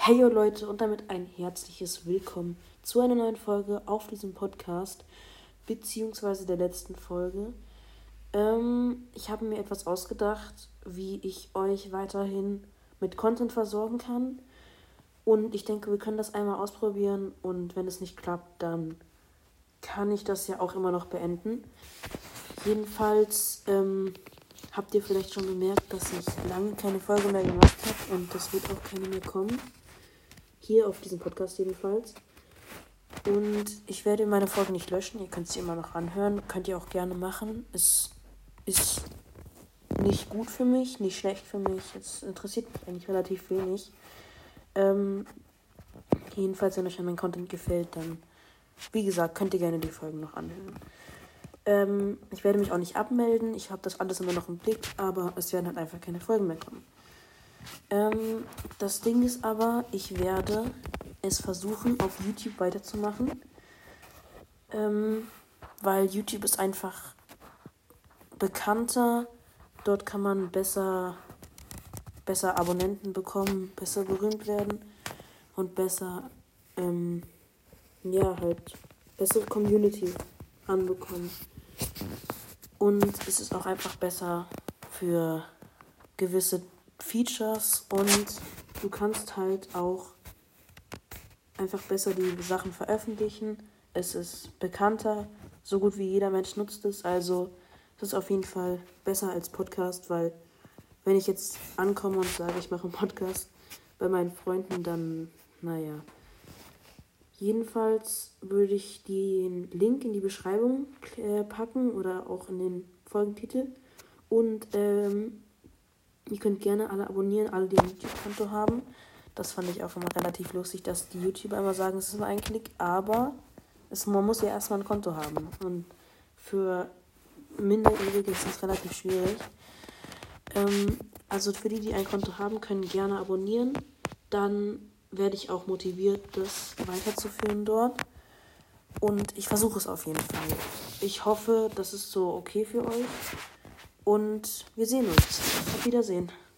Hey yo Leute und damit ein herzliches Willkommen zu einer neuen Folge auf diesem Podcast, beziehungsweise der letzten Folge. Ich habe mir etwas ausgedacht, wie ich euch weiterhin mit Content versorgen kann. Und ich denke, wir können das einmal ausprobieren und wenn es nicht klappt, dann kann ich das ja auch immer noch beenden. Jedenfalls habt ihr vielleicht schon gemerkt, dass ich lange keine Folge mehr gemacht habe und es wird auch keine mehr kommen. Hier auf diesem Podcast jedenfalls. Und ich werde meine Folge nicht löschen. Ihr könnt sie immer noch anhören. Könnt ihr auch gerne machen. Es ist nicht gut für mich, nicht schlecht für mich. Es interessiert mich eigentlich relativ wenig. Jedenfalls, wenn euch mein Content gefällt, dann, wie gesagt, könnt ihr gerne die Folgen noch anhören. Ich werde mich auch nicht abmelden. Ich habe das alles immer noch im Blick, aber es werden halt einfach keine Folgen mehr kommen. Das Ding ist aber, ich werde es versuchen, auf YouTube weiterzumachen. Weil YouTube ist einfach bekannter. Dort kann man besser Abonnenten bekommen, besser berühmt werden und besser, bessere Community anbekommen. Und es ist auch einfach besser für gewisse Features und du kannst halt auch einfach besser die Sachen veröffentlichen. Es ist bekannter, so gut wie jeder Mensch nutzt es, also es ist auf jeden Fall besser als Podcast, weil wenn ich jetzt ankomme und sage, ich mache einen Podcast bei meinen Freunden, dann, naja. Jedenfalls würde ich den Link in die Beschreibung packen oder auch in den Folgentitel und ihr könnt gerne alle abonnieren, alle, die ein YouTube-Konto haben. Das fand ich auch immer relativ lustig, dass die YouTuber immer sagen, es ist nur ein Klick, aber man muss ja erstmal ein Konto haben. Und für Minderjährige ist das relativ schwierig. Also für die ein Konto haben, können gerne abonnieren. Dann werde ich auch motiviert, das weiterzuführen dort. Und ich versuche es auf jeden Fall. Ich hoffe, das ist so okay für euch. Und wir sehen uns. Auf Wiedersehen.